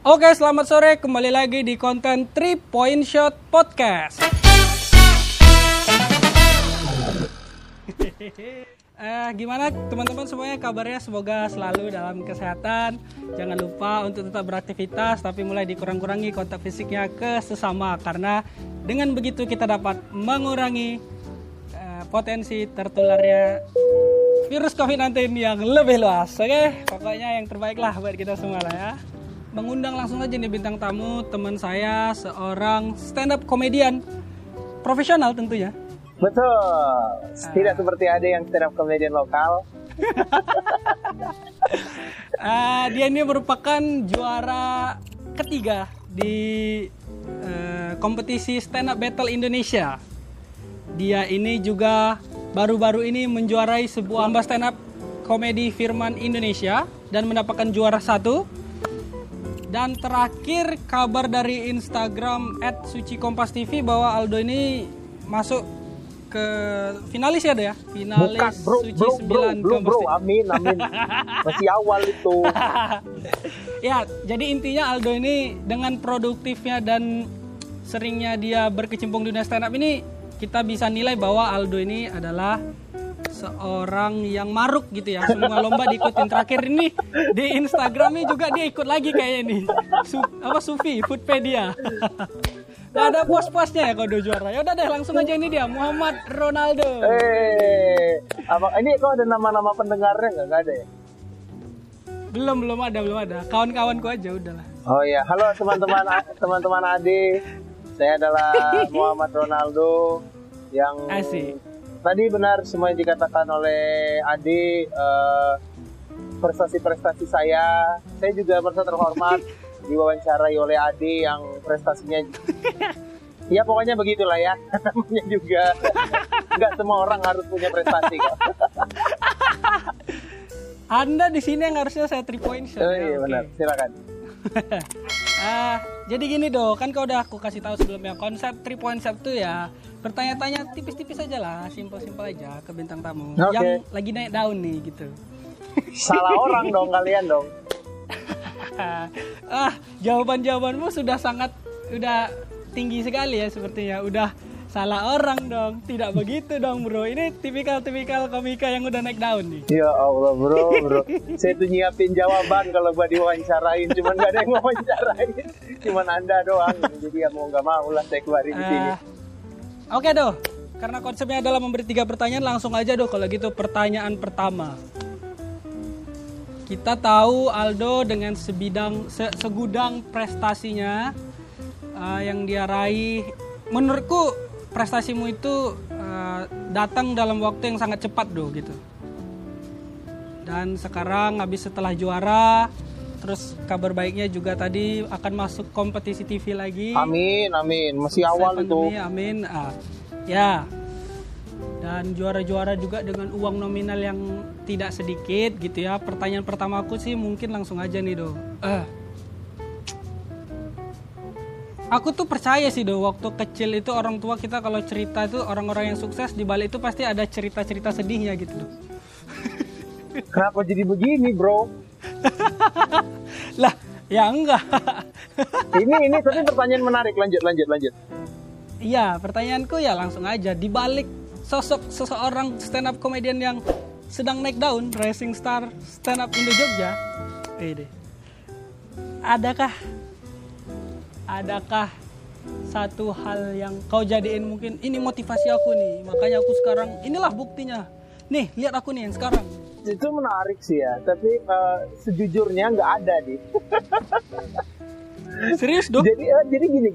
Oke, selamat sore. Kembali lagi di konten 3 Point Shot Podcast. Gimana teman-teman semuanya kabarnya? Semoga selalu dalam kesehatan. Jangan lupa untuk tetap beraktivitas, tapi mulai dikurang-kurangi kontak fisiknya ke sesama. Karena dengan begitu kita dapat mengurangi potensi tertularnya virus COVID-19 yang lebih luas. Oke, pokoknya yang terbaik lah buat kita semua lah ya. Mengundang langsung aja nih bintang tamu, teman saya, seorang stand up komedian profesional tentunya. Betul, tidak seperti ada yang stand up komedian lokal. Dia ini merupakan juara ketiga di kompetisi stand up battle Indonesia. Dia ini juga baru-baru ini menjuarai sebuah lomba stand up komedi Firman Indonesia dan mendapatkan juara 1. Dan terakhir kabar dari Instagram @sucikompas_tv bahwa Aldo ini masuk ke finalis ya, ada ya? Finalis. Bukan, bro, amin. Masih awal itu. Ya, jadi intinya Aldo ini dengan produktifnya dan seringnya dia berkecimpung di dunia stand up ini, kita bisa nilai bahwa Aldo ini adalah seorang yang maruk gitu ya. Semua lomba diikutin. Terakhir ini di Instagramnya juga dia ikut lagi kayaknya nih. Sufi, Foodpedia. Gak ada pos-posnya ya kalau udah juara. Ya udah deh, langsung aja ini dia, Muhammad Ronaldo. Ini kok ada nama-nama pendengarnya nggak ada ya? Belum ada. Kawan-kawanku aja udahlah. Oh iya, halo teman-teman Ade. Saya adalah Muhammad Ronaldo yang Asik. Tadi benar semua yang dikatakan oleh Ade, prestasi-prestasi saya juga merasa terhormat diwawancarai oleh Ade yang prestasinya ya pokoknya begitulah ya. Namanya juga nggak semua orang harus punya prestasi kok. Anda di sini yang harusnya saya 3 point shot. Iya benar, silakan. Jadi gini dong, kan kau udah aku kasih tahu sebelumnya konsep 3 point shot tuh ya bertanya-tanya tipis-tipis aja lah, simpel-simpel aja ke bintang tamu yang lagi naik daun nih gitu. Salah orang dong kalian dong. Jawaban-jawabanmu udah tinggi sekali ya sepertinya. Udah salah orang dong. Tidak begitu dong bro. Ini tipikal komika yang udah naik daun nih. Ya Allah bro. Saya tuh nyiapin jawaban kalau buat diwawancarain, cuman gak ada yang wawancarain. Cuman Anda doang. Jadi ya mau gak mau lah saya keluarin di sini. Oke doh, karena konsepnya adalah memberi 3 pertanyaan, langsung aja doh kalau gitu. Pertanyaan pertama. Kita tahu Aldo dengan segudang prestasinya yang dia raih. Menurutku prestasimu itu datang dalam waktu yang sangat cepat doh gitu. Dan sekarang habis setelah juara, terus kabar baiknya juga tadi akan masuk kompetisi TV lagi. Amin. Masih awal pandemi, itu. Amin. Ya. Dan juara-juara juga dengan uang nominal yang tidak sedikit gitu ya. Pertanyaan pertama aku sih mungkin langsung aja nih Do. Aku tuh percaya sih Do, waktu kecil itu orang tua kita kalau cerita itu orang-orang yang sukses, di balik itu pasti ada cerita-cerita sedihnya gitu Do. Kenapa jadi begini bro? Lah, ya enggak. ini tapi pertanyaan menarik. Lanjut. Iya, pertanyaanku ya langsung aja. Di balik sosok seseorang stand up comedian yang sedang naik daun, rising star stand up Indo Jogja, adakah satu hal yang kau jadiin mungkin ini motivasi aku nih, makanya aku sekarang inilah buktinya. Nih, lihat aku nih yang sekarang. Itu menarik sih ya, tapi sejujurnya nggak ada nih. Serius dong? Jadi gini.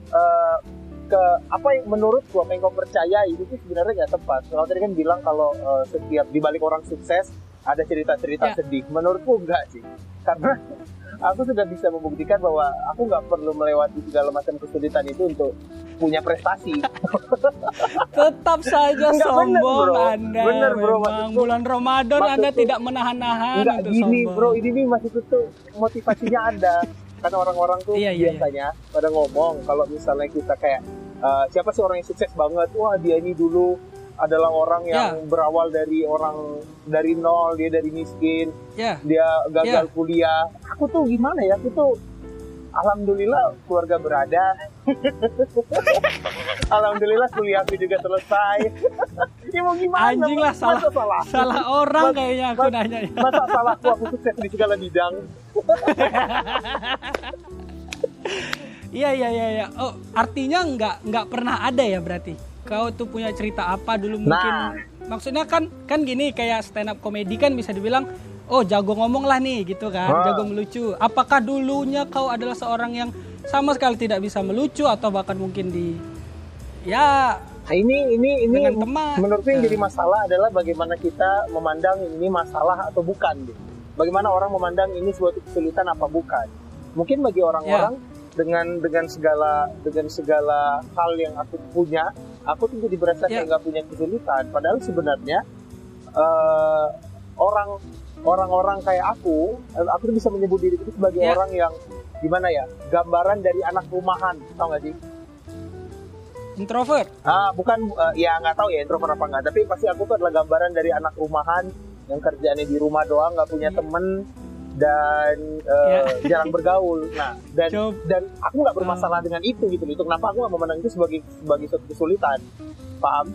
Apa yang menurutku, apa yang kau percaya itu sebenarnya nggak tepat. Kalau tadi kan bilang kalau setiap di balik orang sukses ada cerita-cerita sedih. Menurutku enggak sih, karena aku sudah bisa membuktikan bahwa aku nggak perlu melewati segala macam kesulitan itu untuk punya prestasi. Tetap saja sombong Anda. Bener bro, memang bulan Ramadan Anda tidak menahan-nahan enggak untuk gini sombong. Bro, ini maksudku tuh motivasinya ada. Karena orang-orang tuh biasanya pada ngomong kalau misalnya kita kayak siapa sih orang yang sukses banget? Wah dia ini dulu adalah orang yang berawal dari nol, dia dari miskin, dia gagal kuliah. Aku tuh gimana ya? Aku tuh Alhamdulillah keluarga berada. Alhamdulillah kuliahku juga selesai. Ya mau gimana? Anjing lah, salah orang kayaknya aku nanya ya. Masa salahku, aku sukses di segala bidang. Iya. Oh, artinya nggak pernah ada ya berarti. Kau tuh punya cerita apa dulu mungkin? Maksudnya kan gini, kayak stand up comedy kan bisa dibilang, oh jago ngomong lah nih gitu kan, jago melucu. Apakah dulunya kau adalah seorang yang sama sekali tidak bisa melucu atau bahkan mungkin ini dengan teman? Menurutku yang jadi masalah adalah bagaimana kita memandang ini masalah atau bukan gitu. Bagaimana orang memandang ini suatu kesulitan apa bukan. Mungkin bagi orang-orang dengan segala hal yang aku punya, aku tuh jadi berasa kayak nggak punya kesulitan. Padahal sebenarnya orang-orang kayak aku tuh bisa menyebut diri itu sebagai orang yang gimana ya, gambaran dari anak rumahan, tau gak sih? Introvert? Bukan, ya nggak tahu ya introvert apa nggak. Tapi pasti aku tuh adalah gambaran dari anak rumahan yang kerjaannya di rumah doang, nggak punya temen dan jarang bergaul. Nah, dan aku nggak bermasalah dengan itu gitu. Itu kenapa aku nggak memandang itu sebagai suatu kesulitan, paham?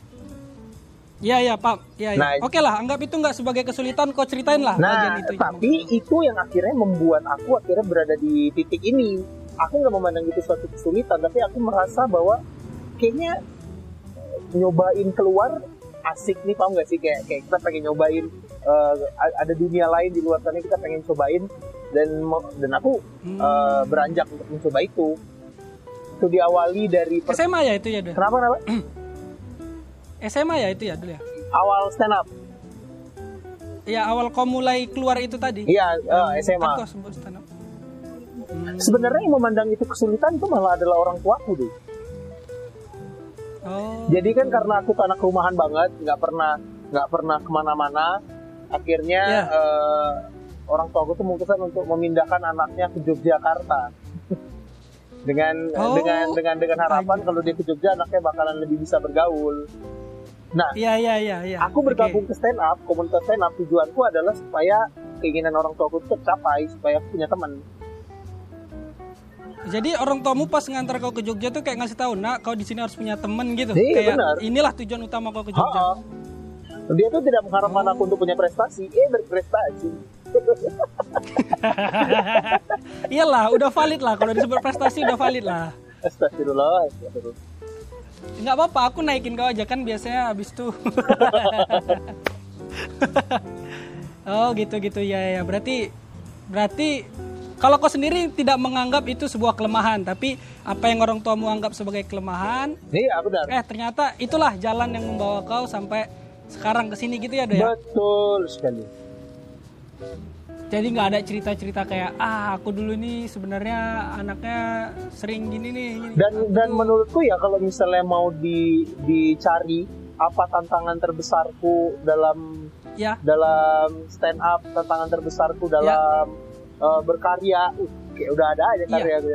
Iya, Pak. Iya. Nah, oke lah, anggap itu nggak sebagai kesulitan, kau ceritain lah bagian itu. Tapi itu yang akhirnya membuat aku akhirnya berada di titik ini. Aku nggak memandang itu suatu kesulitan, tapi aku merasa bahwa kayaknya nyobain keluar asik nih, paham nggak sih? Kayak kita pengen nyobain ada dunia lain di luar sana, kita pengen cobain dan aku beranjak untuk mencoba itu. Itu diawali dari SMA ya itu ya, deh. Kenapa? SMA ya itu ya dulu ya. Awal stand up. Ya, awal kau mulai keluar itu tadi. Iya, SMA. Kan kau sebut stand up. Sebenarnya yang memandang itu kesulitan itu malah adalah orang tuaku deh. Jadi kan karena aku anak rumahan banget, nggak pernah kemana-mana. Akhirnya orang tuaku tuh memutuskan untuk memindahkan anaknya ke Yogyakarta. dengan harapan kalau dia ke Jogja anaknya bakalan lebih bisa bergaul. Nah, iya. Aku bergabung ke stand up, komunitas stand up, tujuanku adalah supaya keinginan orang tuaku itu tercapai, supaya aku punya teman. Jadi orang tuamu pas ngantar kau ke Jogja tuh kayak ngasih tahu, nak, kau di sini harus punya teman gitu. Kayak benar. Inilah tujuan utama kau ke Jogja. Dia tuh tidak mengharapkan aku untuk punya prestasi, berprestasi. Iyalah, udah valid lah. Kalau disebut prestasi udah valid lah. Astagfirullah. Nggak apa-apa, aku naikin kau aja kan biasanya habis tuh. Oh gitu ya. Berarti kalau kau sendiri tidak menganggap itu sebuah kelemahan, tapi apa yang orang tuamu anggap sebagai kelemahan, benar. Ternyata itulah jalan yang membawa kau sampai sekarang kesini gitu ya, Do ya? Betul sekali. Jadi nggak ada cerita-cerita kayak aku dulu nih sebenarnya anaknya sering gini nih. Dan menurutku ya kalau misalnya mau dicari apa tantangan terbesarku dalam stand up, tantangan terbesarku dalam berkarya, kayak udah ada aja karya gue.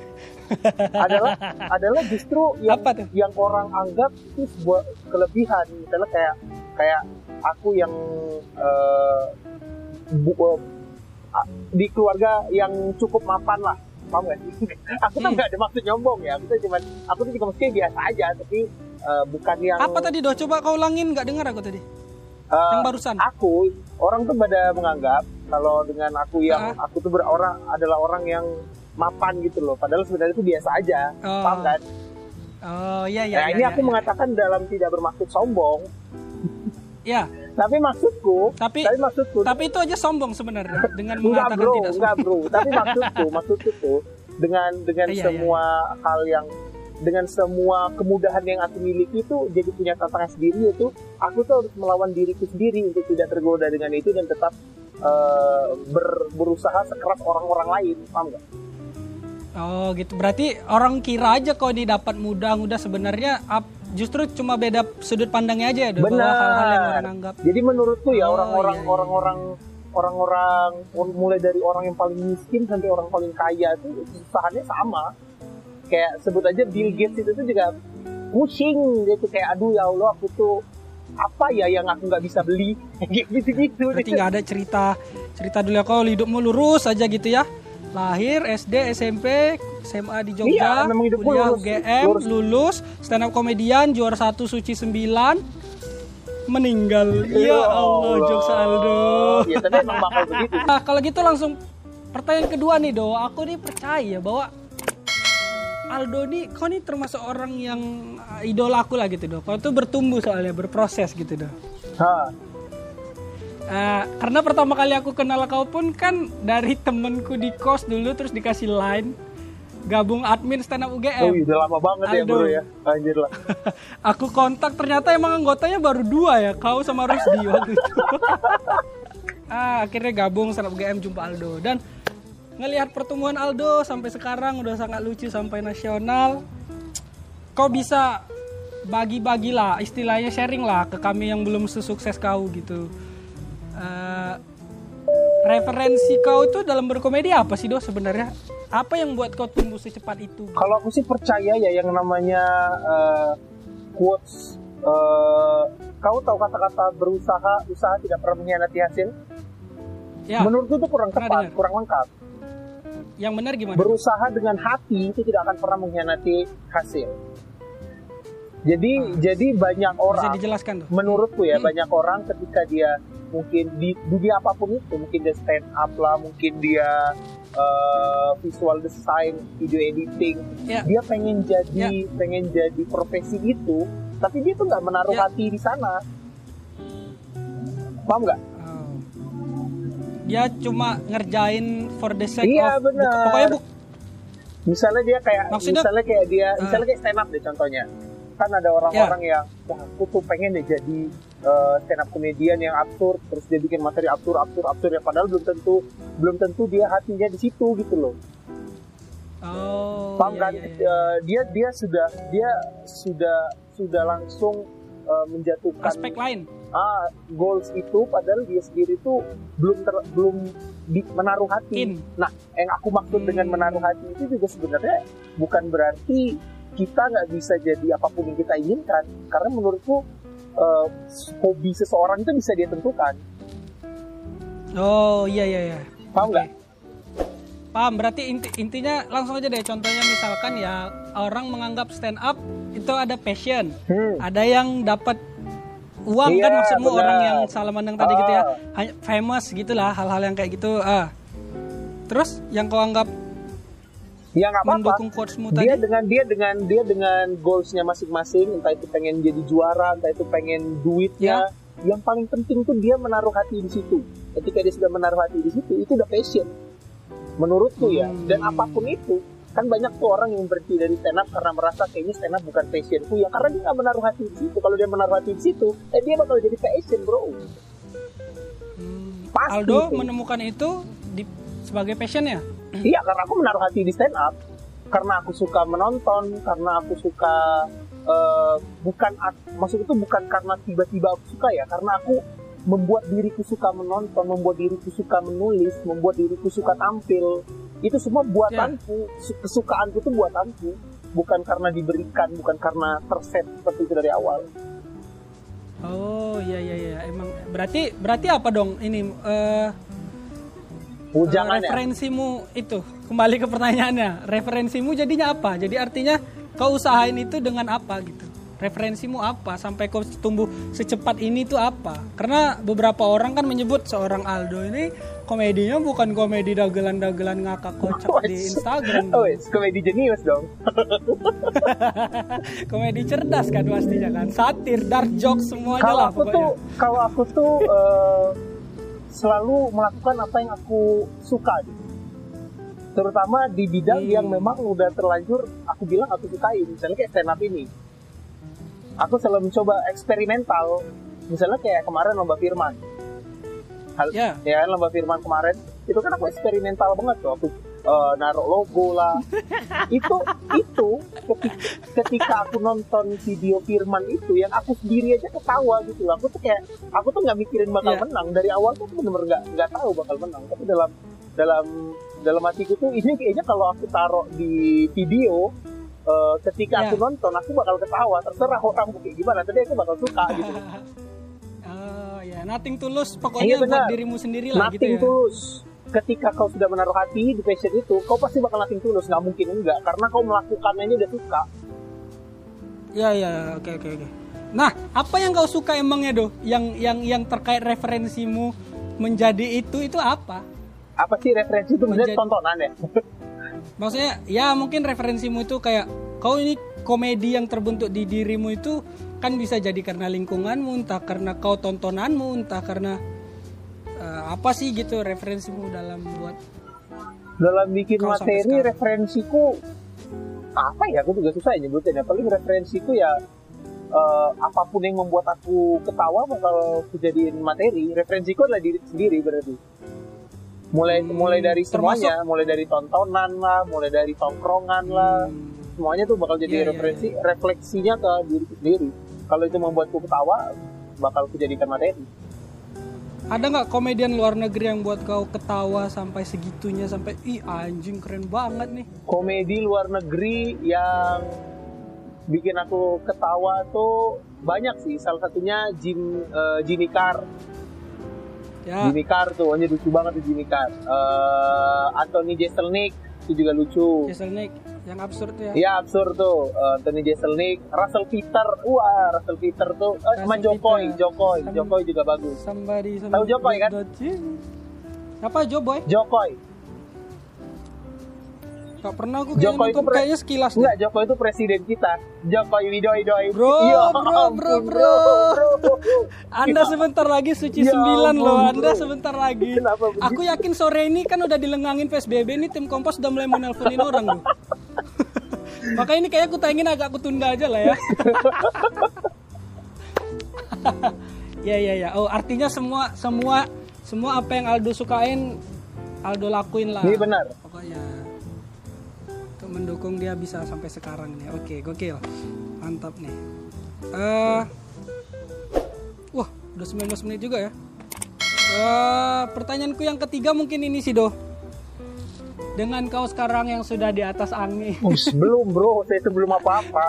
adalah justru yang orang anggap itu sebuah kelebihan. Misalnya kayak aku yang di keluarga yang cukup mapan lah, paham gak sih? Aku tuh nggak ada maksud nyombong ya, aku tuh juga mesti biasa aja, tapi bukan yang apa tadi, Do? Coba kau ulangin, nggak dengar aku tadi yang barusan. Orang tuh pada menganggap kalau dengan aku yang aku tuh adalah orang yang mapan gitu loh, padahal sebenarnya itu biasa aja, paham kan? Iya. Ini aku mengatakan dalam tidak bermaksud sombong. Ya. Tapi maksudku tapi itu aja sombong sebenarnya dengan mengatakan tidak sombong. Enggak, bro. Tapi maksudku tuh dengan semua hal yang dengan semua kemudahan yang aku miliki itu jadi punya tantangan sendiri, itu aku tuh harus melawan diriku sendiri untuk tidak tergoda dengan itu dan tetap berusaha sekeras orang-orang lain, paham nggak? Oh gitu, berarti orang kira aja kalau didapat mudah sebenarnya justru cuma beda sudut pandangnya aja ya, bahwa hal-hal yang orang anggap. Jadi menurutku ya orang-orang mulai dari orang yang paling miskin sampai orang paling kaya itu usahanya sama. Kayak sebut aja Bill Gates itu tuh juga pusing gitu, kayak aduh ya Allah, aku tuh apa ya yang aku nggak bisa beli, gitu. Berarti nggak ada cerita dulu ya, kau hidupmu lurus aja gitu ya, lahir, SD, SMP, SMA di Jogja, Iya, memang hidupku kuliah lurus. UGM, lulus, stand up komedian, juara 1 Suci 9, meninggal. Ya Allah, Jokes Aldo. Ya tapi emang bakal begitu. Nah, kalau gitu langsung pertanyaan kedua nih, Do. Aku nih percaya bahwa Aldo nih, kau nih termasuk orang yang idola aku lah gitu, Do. Kau tuh bertumbuh soalnya, berproses gitu, Do. Karena pertama kali aku kenal kau pun kan dari temenku di kos dulu, terus dikasih line gabung admin stand up UGM. Oh, udah lama banget ya bro ya, anjir lah. Aku kontak, ternyata emang anggotanya baru 2 ya, kau sama Rusdi waktu itu. Akhirnya gabung stand up UGM, jumpa Aldo, dan ngelihat pertumbuhan Aldo sampai sekarang udah sangat lucu sampai nasional. Kau bisa bagi-bagi lah, istilahnya sharing lah ke kami yang belum sesukses kau gitu. Referensi kau itu dalam berkomedi apa sih, Do, sebenarnya? Apa yang buat kau tumbuh secepat itu? Kalau aku sih percaya ya yang namanya quotes, kau tahu kata-kata berusaha, usaha tidak pernah mengkhianati hasil? Ya, menurutku itu kurang tepat, kurang lengkap. Yang benar gimana? Berusaha dengan hati itu tidak akan pernah mengkhianati hasil. Jadi banyak orang, bisa dijelaskan tuh? Menurutku ya, banyak orang ketika dia mungkin di dunia apapun itu, mungkin dia stand up lah, mungkin dia visual design, video editing, dia pengen jadi profesi itu, tapi dia tuh nggak menaruh hati di sana. Paham nggak? Dia cuma ngerjain for the sake of pokoknya misalnya dia kayak misalnya kayak stand up deh contohnya. Kan ada orang-orang yang aku tuh pengen deh jadi stand up comedian yang absurd, terus dia bikin materi absurd ya, padahal belum tentu dia hatinya di situ gitu loh. Paham kan? Dia sudah langsung menjatuhkan aspek lain. Goals itu, padahal dia sendiri tuh belum menaruh hati. Nah, yang aku maksud dengan menaruh hati itu juga sebenarnya bukan berarti kita nggak bisa jadi apapun yang kita inginkan, karena menurutku hobi seseorang itu bisa dia tentukan. Oh iya. Paham nggak? Paham. Berarti intinya langsung aja deh, contohnya misalkan ya orang menganggap stand up itu ada passion, ada yang dapat uang, kan maksudmu, bener. Orang yang salah mandang tadi gitu ya, famous gitulah, hal-hal yang kayak gitu. Terus yang kau anggap ya nggak apa-apa. Dia dengan goalsnya masing-masing, entah itu pengen jadi juara, entah itu pengen duitnya. Yang paling penting tuh dia menaruh hati di situ. Ketika dia sudah menaruh hati di situ, itu udah passion. Menurutku ya. Dan apapun itu, kan banyak tuh orang yang berhenti dari stand up karena merasa kayaknya stand up bukan passionku ya, karena dia nggak menaruh hati di situ. Kalau dia menaruh hati di situ, dia bakal jadi passion, bro. Pasti Aldo itu menemukan itu sebagai passion ya? Iya, karena aku menaruh hati di stand up, karena aku suka menonton, karena aku suka maksud itu bukan karena tiba-tiba aku suka ya, karena aku membuat diriku suka menonton, membuat diriku suka menulis, membuat diriku suka tampil. Itu semua buatanku, kesukaanku itu buatanku, bukan karena diberikan, bukan karena terset seperti itu dari awal. Oh iya, emang berarti apa dong ini? Referensimu itu, kembali ke pertanyaannya, referensimu jadinya apa? Jadi artinya kau usahain itu dengan apa gitu? Referensimu apa sampai kau tumbuh secepat ini tuh apa? Karena beberapa orang kan menyebut seorang Aldo ini komedinya bukan komedi dagelan-dagelan ngakak kocak di Instagram. Komedi jenius dong. Komedi cerdas kan pastinya kan, satir, dark jokes semuanya lah pokoknya. Kalau aku tuh selalu melakukan apa yang aku suka gitu. Terutama di bidang yang memang udah terlanjur aku bilang aku sukai. Misalnya kayak stand up ini, aku selalu mencoba eksperimental. Misalnya kayak kemarin lomba firman, ya lomba firman kemarin itu kan aku eksperimental banget tuh. Aku naruh logo lah. itu ketika aku nonton video firman itu, yang aku sendiri aja ketawa gitu loh. Aku tuh nggak mikirin bakal menang dari awal tuh, bener-bener nggak tahu bakal menang. Tapi dalam hatiku tuh ini kayaknya kalau aku taruh di video, ketika aku nonton aku bakal ketawa, terserah orang kayak gimana, tapi aku bakal suka gitu. Nothing tulus pokoknya buat dirimu sendiri lah gitu ya. Nothing tulus. ketika kau sudah menaruh hati di passion itu, kau pasti bakal nating tulus, nggak mungkin enggak, karena kau melakukannya ini udah suka. Ya, oke. Nah, apa yang kau suka emangnya Do? Yang terkait referensimu menjadi itu apa? Apa sih referensi itu? Menjadi tontonan ya? Maksudnya, ya mungkin referensimu itu kayak kau ini komedi yang terbentuk di dirimu itu kan bisa jadi karena lingkunganmu, entah karena kau tontonanmu, entah karena apa sih gitu referensimu dalam bikin materi. Referensiku apa ya, aku juga susah ya nyebutin ya. Paling referensiku ya apapun yang membuat aku ketawa bakal kejadiin materi. Referensiku adalah diri sendiri berarti. Mulai dari semuanya, mulai dari tontonan lah, mulai dari tongkrongan lah, semuanya tuh bakal jadi referensi. Refleksinya ke diri sendiri. Kalau itu membuatku ketawa, bakal kejadikan materi. Ada nggak komedian luar negeri yang buat kau ketawa sampai segitunya, sampai ih anjing keren banget nih? Komedi luar negeri yang bikin aku ketawa tuh banyak sih. Salah satunya Jimmy Carr. Ya. Jimmy Carr tuh, hanya lucu banget tuh Jimmy Carr. Anthony Jeselnik itu juga lucu. Jeselnik yang absurd ya? Iya absurd tuh. Anthony Jeselnik, Russell Peter tuh, sama Jokowi juga bagus. Tahu Jokowi kan? Apa Jokowi? Jokowi. Gak pernah aku kayaknya sekilas. Enggak, Jokowi itu presiden kita. Jokowi Widodo. Bro. Anda sebentar lagi suci 9 loh. Anda sebentar lagi. Aku yakin sore ini kan udah dilengangin PSBB ini, tim Kompas udah mulai menelponin orang loh. Makanya ini kayak aku tayangin agak aku tunda aja lah ya. Ya. Oh, artinya semua apa yang Aldo sukain Aldo lakuin lah. Ini benar. Pokoknya untuk mendukung dia bisa sampai sekarang nih. Oke, gokil. Mantap nih. Wah, udah 19 menit juga ya. Pertanyaanku yang ketiga mungkin ini sih, Do. Dengan kau sekarang yang sudah di atas angin. Belum bro, saya itu belum apa-apa.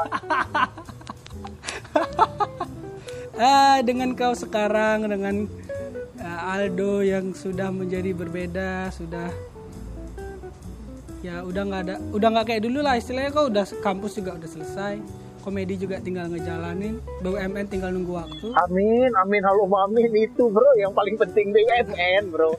Dengan kau sekarang, dengan Aldo yang sudah menjadi berbeda, udah nggak kayak dulu lah istilahnya. Kau udah kampus juga udah selesai, komedi juga tinggal ngejalanin, BUMN tinggal nunggu waktu. Amin, halo amin, itu bro yang paling penting BUMN bro.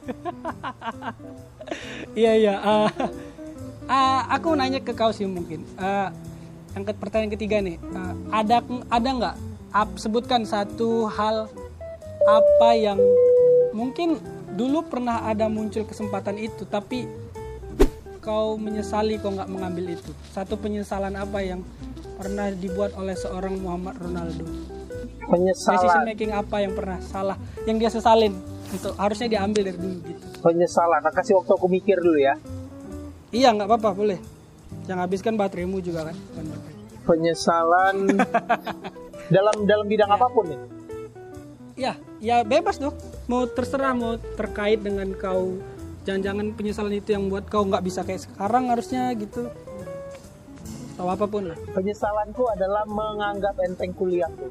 Iya. Aku nanya ke kau sih mungkin. Yang pertanyaan ketiga nih, ada nggak? Sebutkan satu hal apa yang mungkin dulu pernah ada muncul kesempatan itu, tapi kau menyesali kau nggak mengambil itu. Satu penyesalan apa yang pernah dibuat oleh seorang Muhammad Ronaldo? Penyesalan. Decision making apa yang pernah salah, yang dia sesalin untuk harusnya diambil dari dulu gitu. Penyesalan. Nah, kasih waktu aku mikir dulu ya. Iya, nggak apa-apa, boleh. Yang habiskan bateraimu juga kan. Penyesalan dalam bidang apapun nih. Ya bebas dong. Mau terserah, mau terkait dengan kau. Jangan-jangan penyesalan itu yang buat kau nggak bisa kayak sekarang harusnya gitu. Atau apapun lah. Penyesalanku adalah menganggap enteng kuliahku.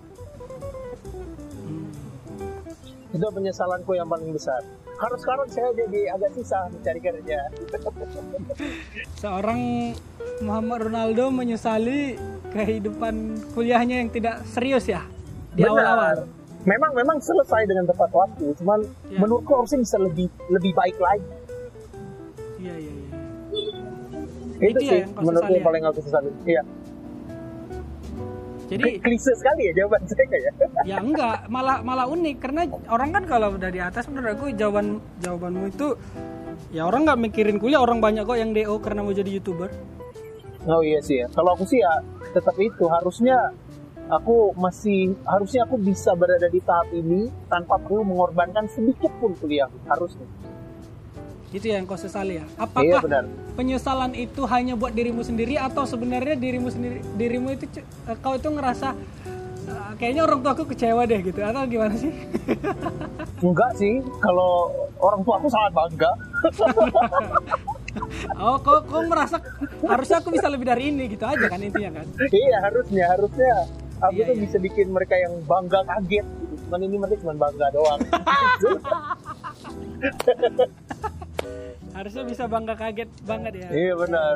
Itu penyesalanku yang paling besar. Karena sekarang saya jadi agak susah mencari kerja. Seorang Muhammad Ronaldo menyesali kehidupan kuliahnya yang tidak serius ya di awal-awal. Memang selesai dengan tepat waktu, cuman menurutku harusnya bisa lebih baik lagi. Iya. Itu sih menurutku yang paling aku sesali. Iya. Jadi klise sekali ya jawaban saya ya. Ya enggak, malah unik karena orang kan kalau udah di atas, menurut aku jawabanmu itu ya orang nggak mikirin kuliah, orang banyak kok yang DO karena mau jadi YouTuber. Oh iya sih ya. Kalau aku sih ya tetap itu, harusnya aku bisa berada di tahap ini tanpa perlu mengorbankan sedikit pun kuliah, harusnya. Itu yang kau sesali ya? Apakah benar. Penyesalan itu hanya buat dirimu sendiri atau sebenarnya dirimu itu kau itu ngerasa kayaknya orang tua aku kecewa deh gitu, atau gimana sih? Enggak sih, kalau orang tua aku sangat bangga. Oh, kau merasa harusnya aku bisa lebih dari ini gitu aja kan intinya kan? Iya, harusnya aku tuh bisa bikin mereka yang bangga kaget gitu. Cuman ini mereka cuma bangga doang. Harusnya bisa bangga kaget banget ya. Iya benar.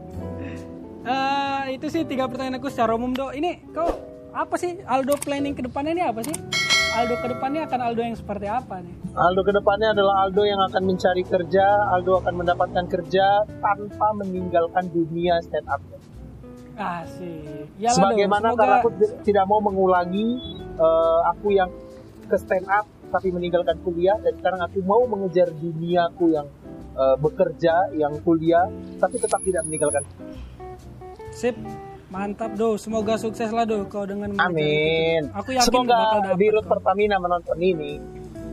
Itu sih 3 pertanyaan aku secara umum Do. Ini kau apa sih Aldo planning ke depannya ini apa sih? Aldo ke depannya akan Aldo yang seperti apa nih? Aldo ke depannya adalah Aldo yang akan mencari kerja, Aldo akan mendapatkan kerja tanpa meninggalkan dunia stand up. Asik. Yalah, Sebagaimana semoga... karena aku tidak mau mengulangi aku yang ke stand up tapi meninggalkan kuliah, dan sekarang aku mau mengejar duniaku yang bekerja, yang kuliah tapi tetap tidak meninggalkan. Sip. Mantap Do, semoga sukses lah Do kau dengan Amin. Aku yakin semoga bakal dapat Dirut kok. Pertamina menonton ini.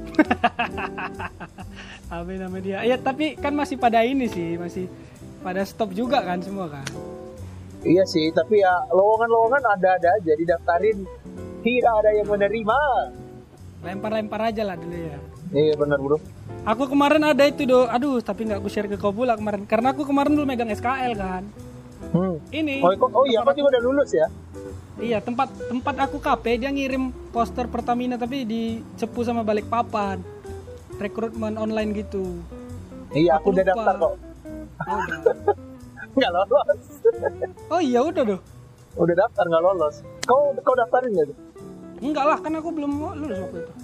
Amin amin dia. Ya tapi kan masih pada ini sih, masih pada stop juga kan semua kan. Iya sih, tapi ya lowongan-lowongan ada aja, didaftarin tidak ada yang menerima. Lempar-lempar aja lah dulu ya. Iya benar bro. Aku kemarin ada itu Do, aduh tapi nggak aku share ke kau pula kemarin, karena aku kemarin dulu megang SKL kan. Ini. Iya, kau juga udah lulus ya? Iya, tempat aku KP dia ngirim poster Pertamina tapi dicepu sama Balikpapan. Rekrutmen online gitu. Iya, aku udah lupa. daftar kok. Oh, udah. Nggak lolos. Oh iya udah Do. Udah daftar nggak lolos. Kau daftarin nggak tuh? Enggak lah, kan aku belum lulus waktu itu.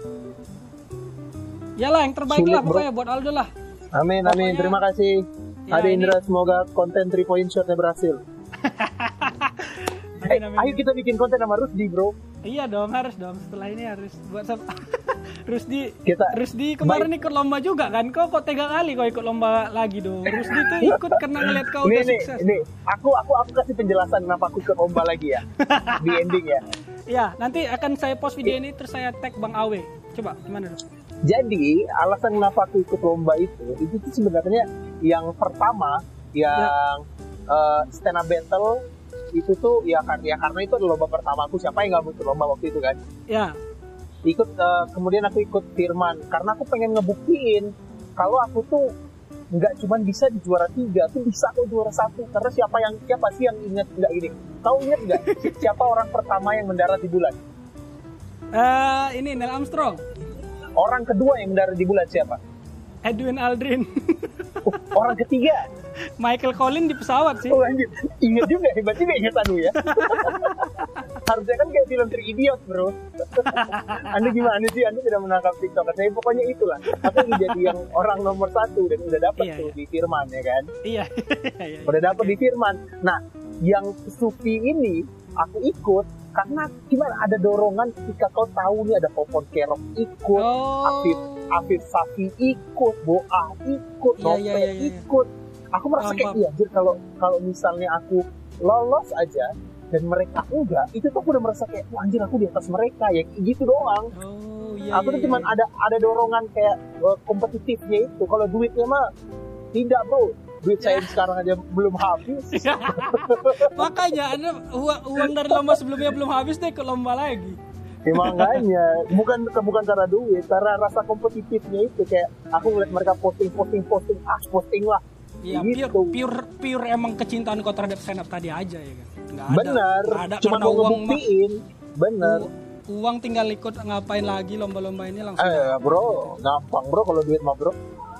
Yalah, yang terbaik Sulit, lah bro. pokoknya buat Aldo lah. Amin, amin. Pokoknya- Terima kasih. Ya, Ade ini- Indra, semoga konten 3 point shotnya berhasil. Amin, amin. Ayo kita bikin konten sama Rusdi, bro. Iya dong, harus dong. Setelah ini harus buat Rusdi. Kita- Rusdi kemarin ikut lomba juga kan? Kok tega kali kau ikut lomba lagi dong. Rusdi tuh ikut karena ngeliat kau udah sukses. Ini, aku kasih penjelasan kenapa aku ikut lomba lagi ya. Di ending ya. Iya, nanti akan saya post video ini terus saya tag Bang Awe. Coba gimana dong? Jadi alasan kenapa aku ikut lomba itu tuh sebenarnya yang pertama yang stand up battle itu tuh karena itu adalah lomba pertama aku. Siapa yang nggak butuh lomba waktu itu kan? Ya, Ikut kemudian aku ikut Firman karena aku pengen ngebuktiin kalau aku tuh nggak cuma bisa di juara 3, aku bisa kok juara 1. Karena siapa sih yang ingat nggak ini? Tahu ingat nggak siapa orang pertama yang mendarat di bulan? ini Neil Armstrong, Orang kedua yang mendarat di bulan siapa? Edwin Aldrin, Orang ketiga. Michael Collins di pesawat sih. Oh anjir, ingat juga, hebat juga ingatan lu ya. Harusnya kan kayak film 3 Idiot bro. Anda gimana sih, Anda tidak menangkap TikTok? Saya pokoknya itulah, aku ingin jadi yang orang nomor 1 dan udah dapet Iya, tuh iya. di Firman ya kan. Iya. Iya. Udah dapet di Firman. Nah, yang Sufi ini aku ikut karena gimana, ada dorongan ketika kau tahu nih ada Popon Kerok ikut, Oh. Afif Safi ikut, Boah ikut, Iya, Nope iya, iya, iya. ikut. Aku merasa kayak Paham. iya anjir, kalau misalnya aku lolos aja dan mereka enggak, itu tuh aku udah merasa kayak wah anjir aku di atas mereka ya, gitu doang. Oh, iya. Aku tuh iya, cuman iya. ada dorongan kayak kompetitifnya itu. Kalau duitnya mah tidak bro, duit saya sekarang aja belum habis. Makanya Anda uang dari lomba sebelumnya belum habis deh ke lomba lagi. Ya makanya bukan karena duit, karena rasa kompetitifnya itu. Kayak aku ngeliat mereka posting posting lah. Iya, Gitu. pure emang kecintaan kau terhadap stand up tadi aja ya kan. Nggak ada. Bener, Nggak ada cuma karena mau uang mah. ngebuktiin. Bener. Uang tinggal ikut ngapain lagi lomba-lomba ini langsung. Bro, gampang bro kalau duit mah bro.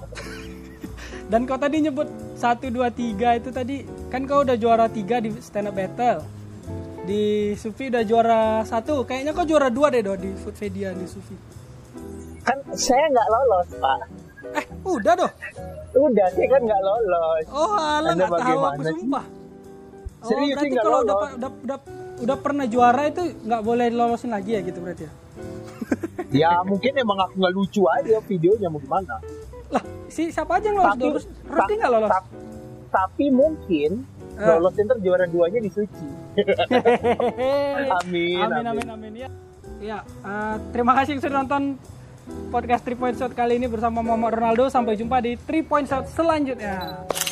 Dan kau tadi nyebut 1 2 3 itu tadi kan kau udah juara 3 di stand up battle. Di Sufi udah juara 1. Kayaknya kau juara 2 deh Do di Foodpedia di Sufi. Kan saya nggak lolos pak. Udah Do. Udah, saya kan nggak lolos. Oh, alah Anda nggak tahu aku bagaimana sih? sumpah. Oh, Serius sih berarti nggak kalau lolos. udah pernah juara itu nggak boleh lolosin lagi ya gitu berarti ya? Ya mungkin emang aku nggak lucu aja videonya, mau gimana. Lah, siapa aja yang lolos? Lulus Roti nggak lolos? Tapi mungkin lolos ntar juara 2-nya di Suci. Amin. Ya. Ya, terima kasih yang sudah nonton podcast 3 Point Shot kali ini bersama Muhammad Ronaldo. Sampai jumpa di 3 Point Shot selanjutnya.